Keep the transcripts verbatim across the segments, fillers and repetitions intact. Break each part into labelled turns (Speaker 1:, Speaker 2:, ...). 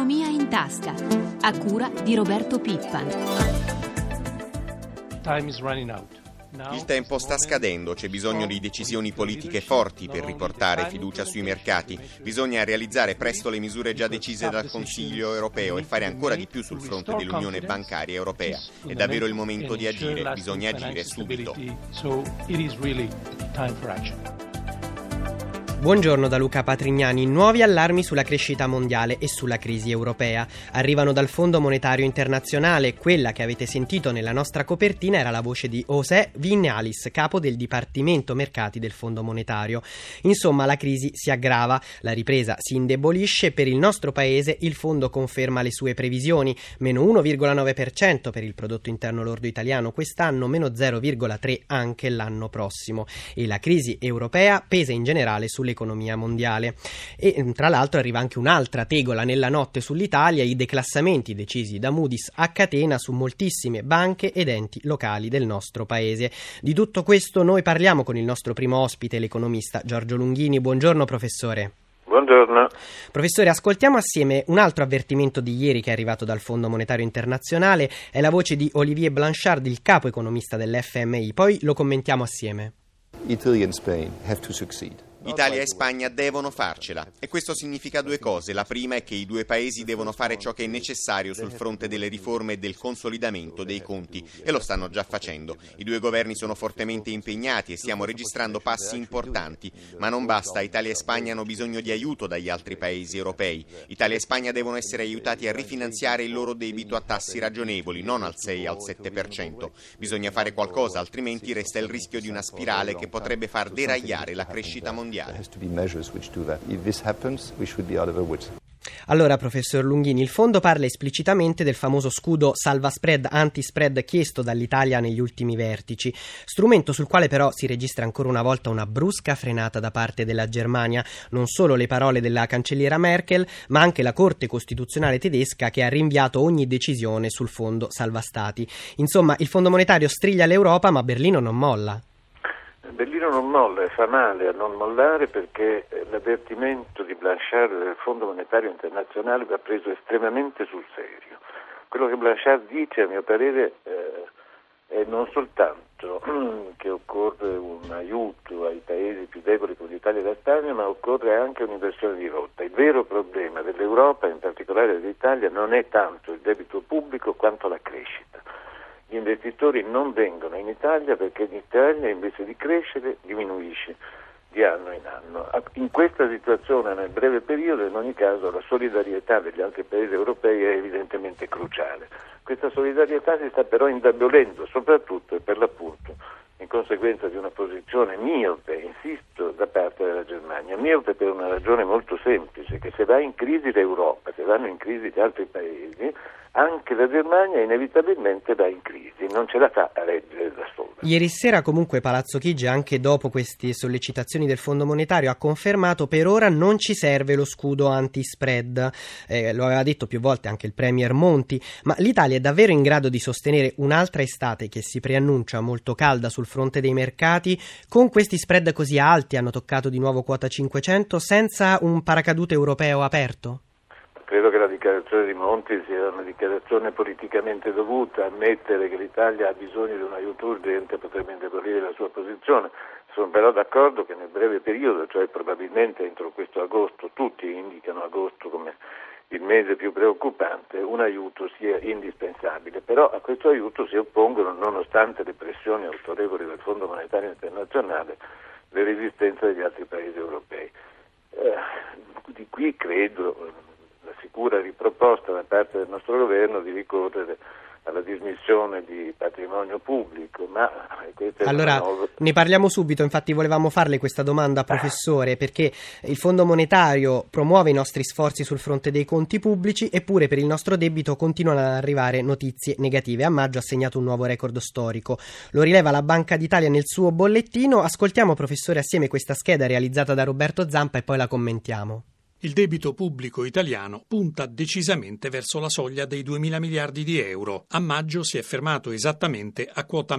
Speaker 1: Economia in tasca, a cura di Roberto Pippan.
Speaker 2: Time is running out.
Speaker 3: Il tempo sta scadendo, c'è bisogno di decisioni politiche forti per riportare fiducia sui mercati. Bisogna realizzare presto le misure già decise dal Consiglio europeo e fare ancora di più sul fronte dell'Unione bancaria europea. È davvero il momento di agire, bisogna agire subito.
Speaker 4: Buongiorno da Luca Patrignani. Nuovi allarmi sulla crescita mondiale e sulla crisi europea. Arrivano dal Fondo Monetario Internazionale. Quella che avete sentito nella nostra copertina era la voce di José Viñales, capo del Dipartimento Mercati del Fondo Monetario. Insomma, la crisi si aggrava, la ripresa si indebolisce. Per il nostro paese il fondo conferma le sue previsioni: meno uno virgola nove per cento per il prodotto interno lordo italiano quest'anno, meno zero virgola tre per cento anche l'anno prossimo. E la crisi europea pesa in generale sulle l'economia mondiale. E tra l'altro arriva anche un'altra tegola nella notte sull'Italia: i declassamenti decisi da Moody's a catena su moltissime banche ed enti locali del nostro paese. Di tutto questo noi parliamo con il nostro primo ospite, l'economista Giorgio Lunghini. Buongiorno professore.
Speaker 5: Buongiorno.
Speaker 4: Professore, ascoltiamo assieme un altro avvertimento di ieri che è arrivato dal Fondo Monetario Internazionale. È la voce di Olivier Blanchard, il capo economista dell'F M I. Poi lo commentiamo assieme.
Speaker 6: Italy and Spain have to succeed.
Speaker 3: Italia e Spagna devono farcela, e questo significa due cose. La prima è che i due paesi devono fare ciò che è necessario sul fronte delle riforme e del consolidamento dei conti, e lo stanno già facendo. I due governi sono fortemente impegnati e stiamo registrando passi importanti, ma non basta. Italia e Spagna hanno bisogno di aiuto dagli altri paesi europei. Italia e Spagna devono essere aiutati a rifinanziare il loro debito a tassi ragionevoli, non al sei al sette per cento. Bisogna fare qualcosa, altrimenti resta il rischio di una spirale che potrebbe far deragliare la crescita mondiale.
Speaker 4: Allora, professor Lunghini, il fondo parla esplicitamente del famoso scudo salva spread, anti-spread chiesto dall'Italia negli ultimi vertici, strumento sul quale però si registra ancora una volta una brusca frenata da parte della Germania. Non solo le parole della cancelliera Merkel, ma anche la Corte Costituzionale tedesca, che ha rinviato ogni decisione sul fondo salva stati. Insomma, il Fondo Monetario striglia l'Europa, ma Berlino non molla.
Speaker 5: Berlino non molla e fa male a non mollare, perché l'avvertimento di Blanchard del Fondo Monetario Internazionale va preso estremamente sul serio. Quello che Blanchard dice, a mio parere, eh, è non soltanto che occorre un aiuto ai paesi più deboli come l'Italia e la Spagna, ma occorre anche un'inversione di rotta. Il vero problema dell'Europa, in particolare dell'Italia, non è tanto il debito pubblico quanto la crescita. Gli investitori non vengono in Italia perché l'Italia, invece di crescere, diminuisce di anno in anno. In questa situazione, nel breve periodo, in ogni caso, la solidarietà degli altri paesi europei è evidentemente cruciale. Questa solidarietà si sta però indebolendo, soprattutto e per l'appunto in conseguenza di una posizione miope, insisto, da parte della Germania. Miope per una ragione molto semplice: che se va in crisi l'Europa, se vanno in crisi gli altri paesi, anche la Germania inevitabilmente va in crisi, non ce la fa a reggere da sola.
Speaker 4: Ieri sera comunque Palazzo Chigi, anche dopo queste sollecitazioni del Fondo Monetario, ha confermato: per ora non ci serve lo scudo anti-spread. Eh, lo aveva detto più volte anche il Premier Monti. Ma l'Italia è davvero in grado di sostenere un'altra estate che si preannuncia molto calda sul fronte dei mercati? Con questi spread così alti, hanno toccato di nuovo quota cinquecento, senza un paracadute europeo aperto?
Speaker 5: Credo che la dichiarazione di Monti sia una dichiarazione politicamente dovuta. Ammettere che l'Italia ha bisogno di un aiuto urgente potrebbe indebolire la sua posizione. Sono però d'accordo che nel breve periodo, cioè probabilmente entro questo agosto, tutti indicano agosto come il mese più preoccupante, un aiuto sia indispensabile. Però a questo aiuto si oppongono, nonostante le pressioni autorevoli del Fondo Monetario Internazionale, le resistenze degli altri paesi europei. Eh, di qui credo la sicura riproposta da parte del nostro governo di ricorrere alla dismissione di patrimonio pubblico, ma
Speaker 4: allora nuova... ne parliamo subito. Infatti volevamo farle questa domanda, professore, perché il Fondo Monetario promuove i nostri sforzi sul fronte dei conti pubblici, eppure per il nostro debito continuano ad arrivare notizie negative. A maggio ha segnato un nuovo record storico, lo rileva la Banca d'Italia nel suo bollettino. Ascoltiamo, professore, assieme questa scheda realizzata da Roberto Zampa e poi la commentiamo.
Speaker 2: Il debito pubblico italiano punta decisamente verso la soglia dei duemila miliardi di euro. A maggio si è fermato esattamente a quota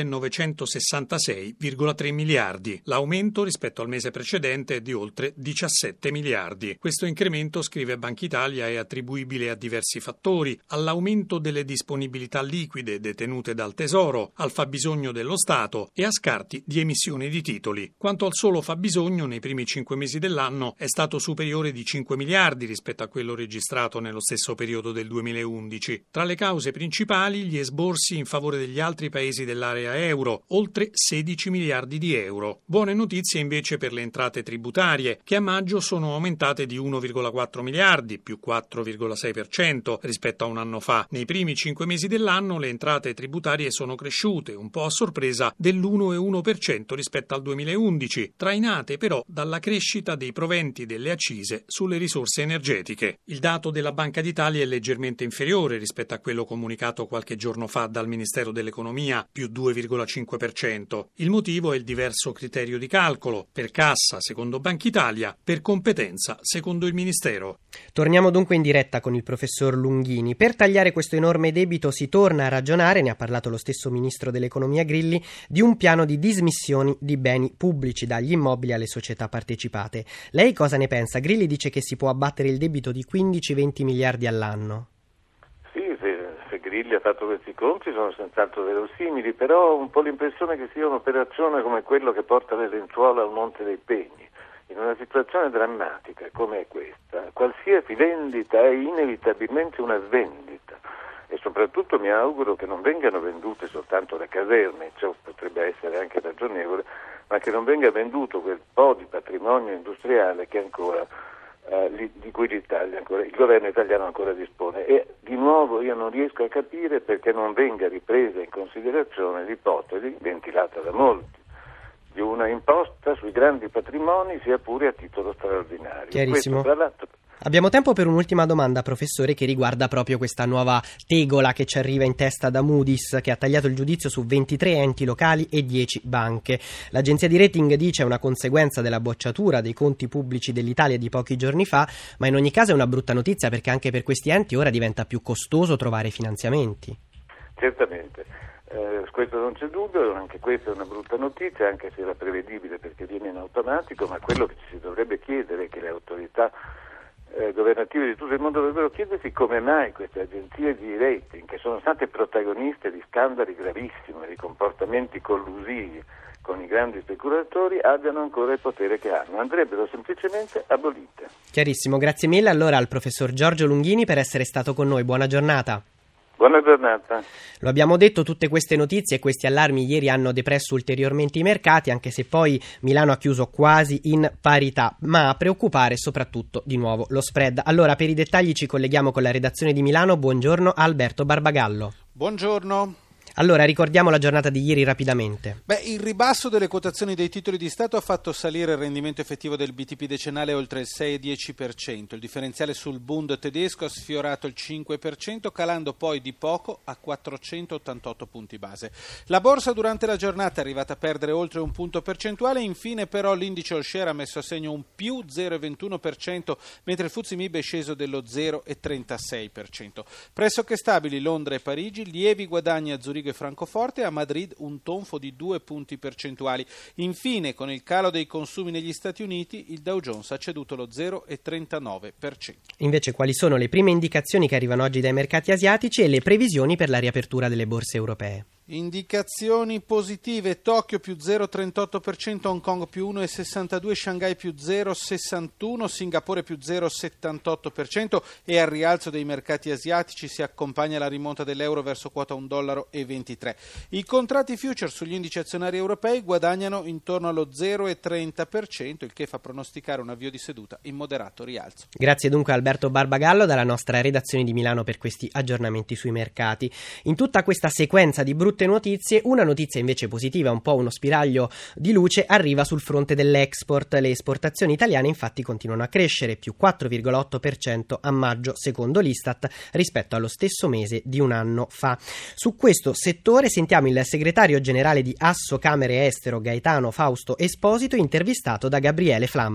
Speaker 2: millenovecentosessantasei virgola tre miliardi. L'aumento rispetto al mese precedente è di oltre diciassette miliardi. Questo incremento, scrive Banca Italia, è attribuibile a diversi fattori: all'aumento delle disponibilità liquide detenute dal Tesoro, al fabbisogno dello Stato e a scarti di emissioni di titoli. Quanto al solo fabbisogno, nei primi cinque mesi dell'anno è stato superiore di cinque miliardi rispetto a quello registrato nello stesso periodo del duemilaundici. Tra le cause principali, gli esborsi in favore degli altri paesi dell'area euro, oltre sedici miliardi di euro. Buone notizie invece per le entrate tributarie, che a maggio sono aumentate di uno virgola quattro miliardi, più quattro virgola sei per cento rispetto a un anno fa. Nei primi cinque mesi dell'anno le entrate tributarie sono cresciute, un po' a sorpresa, dell'uno virgola uno per cento rispetto al duemilaundici, trainate però dalla crescita dei proventi delle accise sulle risorse energetiche. Il dato della Banca d'Italia è leggermente inferiore rispetto a quello comunicato qualche giorno fa dal Ministero dell'Economia, più due virgola cinque per cento. Il motivo è il diverso criterio di calcolo: per cassa, secondo Banca Italia; per competenza, secondo il Ministero.
Speaker 4: Torniamo dunque in diretta con il professor Lunghini. Per tagliare questo enorme debito si torna a ragionare, ne ha parlato lo stesso Ministro dell'Economia Grilli, di un piano di dismissioni di beni pubblici dagli immobili alle società partecipate. Lei cosa ne pensa? Grilli dice che si può abbattere il debito di quindici venti miliardi all'anno.
Speaker 5: Sì, se, se Grilli ha fatto questi conti sono senz'altro verosimili, però ho un po' l'impressione che sia un'operazione come quello che porta le lenzuola al Monte dei Pegni. In una situazione drammatica come è questa, qualsiasi vendita è inevitabilmente una svendita, e soprattutto mi auguro che non vengano vendute soltanto le caserme, ciò potrebbe essere anche ragionevole, ma che non venga venduto quel po' di patrimonio industriale che ancora eh, di cui l'Italia ancora, il governo italiano ancora dispone. E di nuovo io non riesco a capire perché non venga ripresa in considerazione l'ipotesi, ventilata da molti, di una imposta sui grandi patrimoni, sia pure a titolo straordinario.
Speaker 4: Chiarissimo.
Speaker 5: Questo, tra l'altro,
Speaker 4: abbiamo tempo per un'ultima domanda, professore, che riguarda proprio questa nuova tegola che ci arriva in testa da Moody's, che ha tagliato il giudizio su ventitré enti locali e dieci banche. L'agenzia di rating dice è una conseguenza della bocciatura dei conti pubblici dell'Italia di pochi giorni fa, ma in ogni caso è una brutta notizia perché anche per questi enti ora diventa più costoso trovare finanziamenti.
Speaker 5: Certamente. Eh, questo non c'è dubbio, anche questa è una brutta notizia, anche se era prevedibile perché viene in automatico, ma quello che ci si dovrebbe chiedere è che le autorità eh, governative di tutto il mondo dovrebbero chiedersi come mai queste agenzie di rating, che sono state protagoniste di scandali gravissimi, di comportamenti collusivi con i grandi speculatori, abbiano ancora il potere che hanno. Andrebbero semplicemente abolite.
Speaker 4: Chiarissimo, grazie mille allora al professor Giorgio Lunghini per essere stato con noi. Buona giornata.
Speaker 5: Buona giornata.
Speaker 4: Lo abbiamo detto, tutte queste notizie e questi allarmi ieri hanno depresso ulteriormente i mercati, anche se poi Milano ha chiuso quasi in parità, ma a preoccupare soprattutto di nuovo lo spread. Allora, per i dettagli ci colleghiamo con la redazione di Milano. Buongiorno a Alberto Barbagallo.
Speaker 7: Buongiorno.
Speaker 4: Allora, ricordiamo la giornata di ieri rapidamente.
Speaker 7: Beh, il ribasso delle quotazioni dei titoli di Stato ha fatto salire il rendimento effettivo del B T P decennale oltre il sei virgola dieci per cento. Il differenziale sul Bund tedesco ha sfiorato il cinque per cento, calando poi di poco a quattrocentottantotto punti base. La borsa durante la giornata è arrivata a perdere oltre un punto percentuale, infine però l'indice all share ha messo a segno un più zero virgola ventuno per cento, mentre il F T S E M I B è sceso dello zero virgola trentasei per cento. Pressoché stabili Londra e Parigi, lievi guadagni a Zurigo e Francoforte, a Madrid un tonfo di due punti percentuali. Infine, con il calo dei consumi negli Stati Uniti, il Dow Jones ha ceduto lo zero virgola trentanove per cento.
Speaker 4: Invece, quali sono le prime indicazioni che arrivano oggi dai mercati asiatici e le previsioni per la riapertura delle borse europee?
Speaker 7: Indicazioni positive: Tokyo più zero virgola trentotto per cento, Hong Kong più uno virgola sessantadue per cento, Shanghai più zero virgola sessantuno per cento, Singapore più zero virgola settantotto per cento, e al rialzo dei mercati asiatici si accompagna la rimonta dell'euro verso quota un dollaro e ventitré. I contratti future sugli indici azionari europei guadagnano intorno allo zero virgola trenta per cento, il che fa pronosticare un avvio di seduta in moderato rialzo.
Speaker 4: Grazie dunque a Alberto Barbagallo dalla nostra redazione di Milano per questi aggiornamenti sui mercati. In tutta questa sequenza di brutte notizie, una notizia invece positiva, un po' uno spiraglio di luce, arriva sul fronte dell'export. Le esportazioni italiane infatti continuano a crescere, più quattro virgola otto per cento a maggio secondo l'Istat rispetto allo stesso mese di un anno fa. Su questo settore sentiamo il segretario generale di Assocamere Estero Gaetano Fausto Esposito, intervistato da Gabriele Flamma.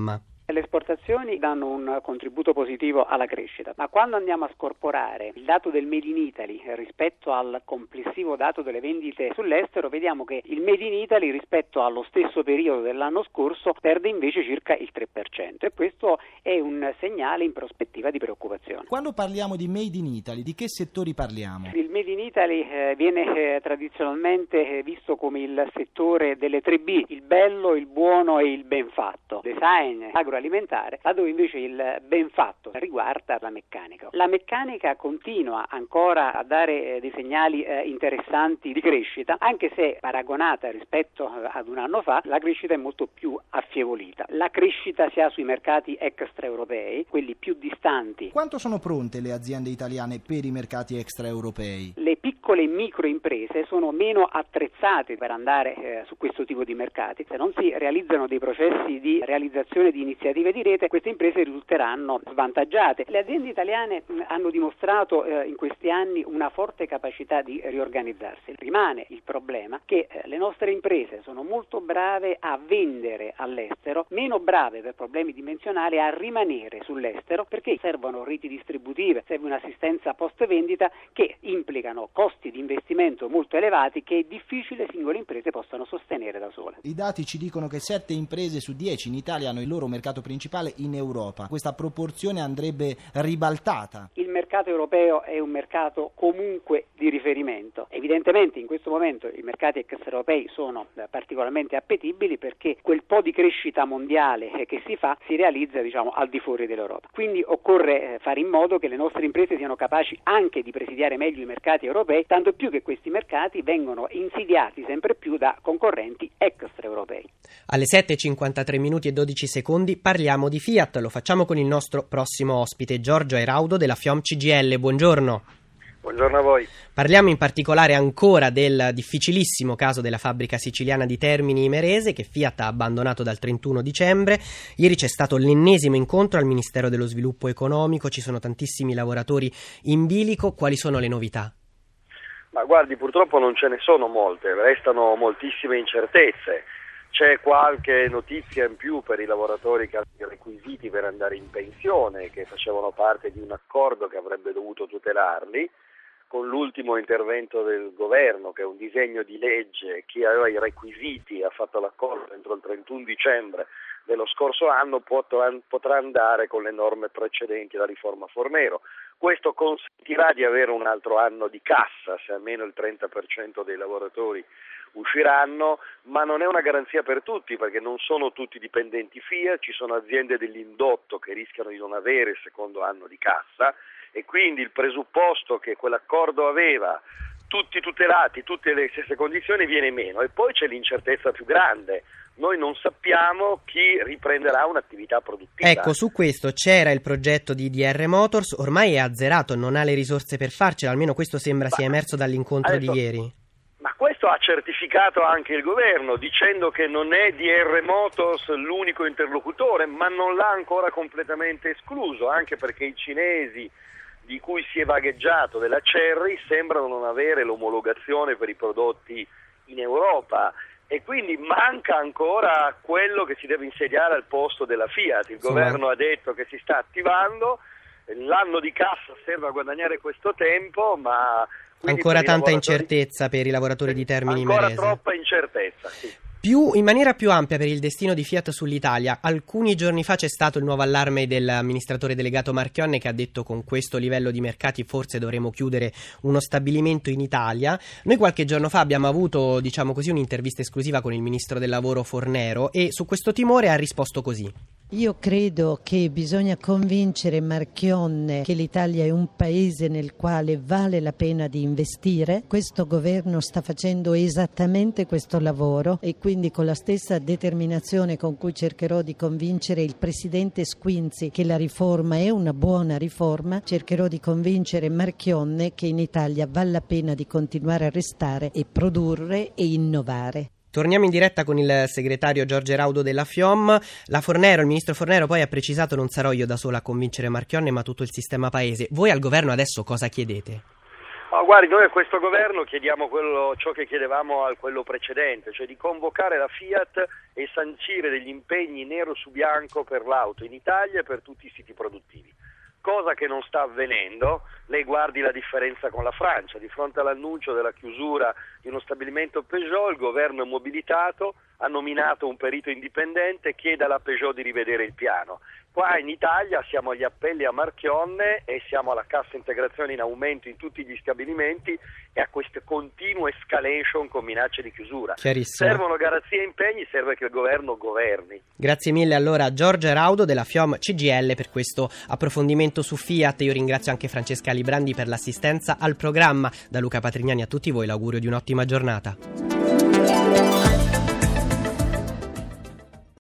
Speaker 8: Le esportazioni danno un contributo positivo alla crescita, ma quando andiamo a scorporare il dato del Made in Italy rispetto al complessivo dato delle vendite sull'estero, vediamo che il Made in Italy rispetto allo stesso periodo dell'anno scorso perde invece circa il tre per cento, e questo è un segnale in prospettiva di preoccupazione.
Speaker 9: Quando parliamo di Made in Italy, di che settori parliamo?
Speaker 8: Il Made in Italy eh, viene eh, tradizionalmente eh, visto come il settore delle tre B, il bello, il buono e il ben fatto, design, agroalimentare, laddove invece il ben fatto riguarda la meccanica. La meccanica continua ancora a dare eh, dei segnali eh, interessanti di crescita, anche se paragonata rispetto ad un anno fa la crescita è molto più affievolita. La crescita si ha sui mercati extraeuropei, quelli più distanti.
Speaker 9: Quanto sono pronte le aziende italiane per i mercati extraeuropei?
Speaker 8: Le piccole e micro imprese sono meno attrezzate per andare eh, su questo tipo di mercati. Se non si realizzano dei processi di realizzazione di iniziative di rete, queste imprese risulteranno svantaggiate. Le aziende italiane mh, hanno dimostrato eh, in questi anni una forte capacità di riorganizzarsi. Rimane il problema che eh, le nostre imprese sono molto brave a vendere all'estero, meno brave per problemi dimensionali a rimanere sull'estero, perché servono reti distributive, serve un'assistenza post vendita che implicano costi di investimento molto elevati che è difficile singole imprese possano sostenere da sole.
Speaker 9: I dati ci dicono che sette imprese su dieci in Italia hanno il loro mercato principale in Europa. Questa proporzione andrebbe ribaltata.
Speaker 8: Il mercato europeo è un mercato comunque di riferimento. Evidentemente in questo momento i mercati extraeuropei sono particolarmente appetibili perché quel po' di crescita mondiale che si fa si realizza, diciamo, al di fuori dell'Europa. Quindi occorre fare in modo che le nostre imprese siano capaci anche di presidiare meglio i mercati europei, tanto più che questi mercati vengono insidiati sempre più da concorrenti extraeuropei.
Speaker 4: Alle sette e cinquantatré minuti e dodici secondi parliamo di Fiat. Lo facciamo con il nostro prossimo ospite, Giorgio Airaudo della FIOM C G I L. Buongiorno.
Speaker 10: Buongiorno a voi.
Speaker 4: Parliamo in particolare ancora del difficilissimo caso della fabbrica siciliana di Termini Imerese che Fiat ha abbandonato dal trentuno dicembre. Ieri c'è stato l'ennesimo incontro al Ministero dello Sviluppo Economico, ci sono tantissimi lavoratori in bilico. Quali sono le novità?
Speaker 10: Ma guardi, purtroppo non ce ne sono molte, restano moltissime incertezze. C'è qualche notizia in più per i lavoratori che hanno i requisiti per andare in pensione, che facevano parte di un accordo che avrebbe dovuto tutelarli. Con l'ultimo intervento del governo, che è un disegno di legge, chi aveva i requisiti e ha fatto l'accordo entro il trentuno dicembre dello scorso anno potrà, potrà andare con le norme precedenti alla riforma Fornero. Questo consentirà di avere un altro anno di cassa, se almeno il trenta per cento dei lavoratori usciranno, ma non è una garanzia per tutti, perché non sono tutti dipendenti Fiat, ci sono aziende dell'indotto che rischiano di non avere il secondo anno di cassa, e quindi il presupposto che quell'accordo aveva tutti tutelati, tutte le stesse condizioni, viene meno. E poi c'è l'incertezza più grande. Noi non sappiamo chi riprenderà un'attività produttiva.
Speaker 4: Ecco, su questo c'era il progetto di D R Motors, ormai è azzerato, non ha le risorse per farcela, almeno questo sembra Ma, sia emerso dall'incontro adesso, di ieri.
Speaker 10: Ma questo ha certificato anche il governo, dicendo che non è D R Motors l'unico interlocutore, ma non l'ha ancora completamente escluso, anche perché i cinesi di cui si è vagheggiato della Chery sembrano non avere l'omologazione per i prodotti in Europa, e quindi manca ancora quello che si deve insediare al posto della Fiat. Il sì, governo ha detto che si sta attivando, l'anno di cassa serve a guadagnare questo tempo, ma
Speaker 4: ancora tanta incertezza per i lavoratori di Termini Imerese.
Speaker 10: Ancora troppa incertezza, sì.
Speaker 4: Più, in maniera più ampia per il destino di Fiat sull'Italia, alcuni giorni fa c'è stato il nuovo allarme dell'amministratore delegato Marchionne, che ha detto: con questo livello di mercati forse dovremo chiudere uno stabilimento in Italia. Noi qualche giorno fa abbiamo avuto, diciamo così, un'intervista esclusiva con il ministro del lavoro Fornero, e su questo timore ha risposto così.
Speaker 11: Io credo che bisogna convincere Marchionne che l'Italia è un paese nel quale vale la pena di investire. Questo governo sta facendo esattamente questo lavoro, e quindi con la stessa determinazione con cui cercherò di convincere il presidente Squinzi che la riforma è una buona riforma, cercherò di convincere Marchionne che in Italia vale la pena di continuare a restare e produrre e innovare.
Speaker 4: Torniamo in diretta con il segretario Giorgio Airaudo della FIOM. La Fornero, il ministro Fornero poi ha precisato: non sarò io da sola a convincere Marchionne, ma tutto il sistema paese. Voi al governo adesso cosa chiedete?
Speaker 10: Oh, guardi, noi a questo governo chiediamo quello, ciò che chiedevamo a quello precedente, cioè di convocare la Fiat e sancire degli impegni nero su bianco per l'auto in Italia e per tutti i siti produttivi. Cosa che non sta avvenendo. Lei guardi la differenza con la Francia, di fronte all'annuncio della chiusura di uno stabilimento Peugeot, il governo è mobilitato, ha nominato un perito indipendente, chiede alla Peugeot di rivedere il piano. Qua in Italia siamo agli appelli a Marchionne e siamo alla cassa integrazione in aumento in tutti gli stabilimenti e a queste continue escalation con minacce di chiusura. Servono garanzie e impegni, serve che il governo governi.
Speaker 4: Grazie mille allora a Giorgio Eraudo della FIOM C G I L per questo approfondimento su Fiat. Io ringrazio anche Francesca Librandi per l'assistenza al programma. Da Luca Patrignani a tutti voi l'augurio di un'ottima giornata.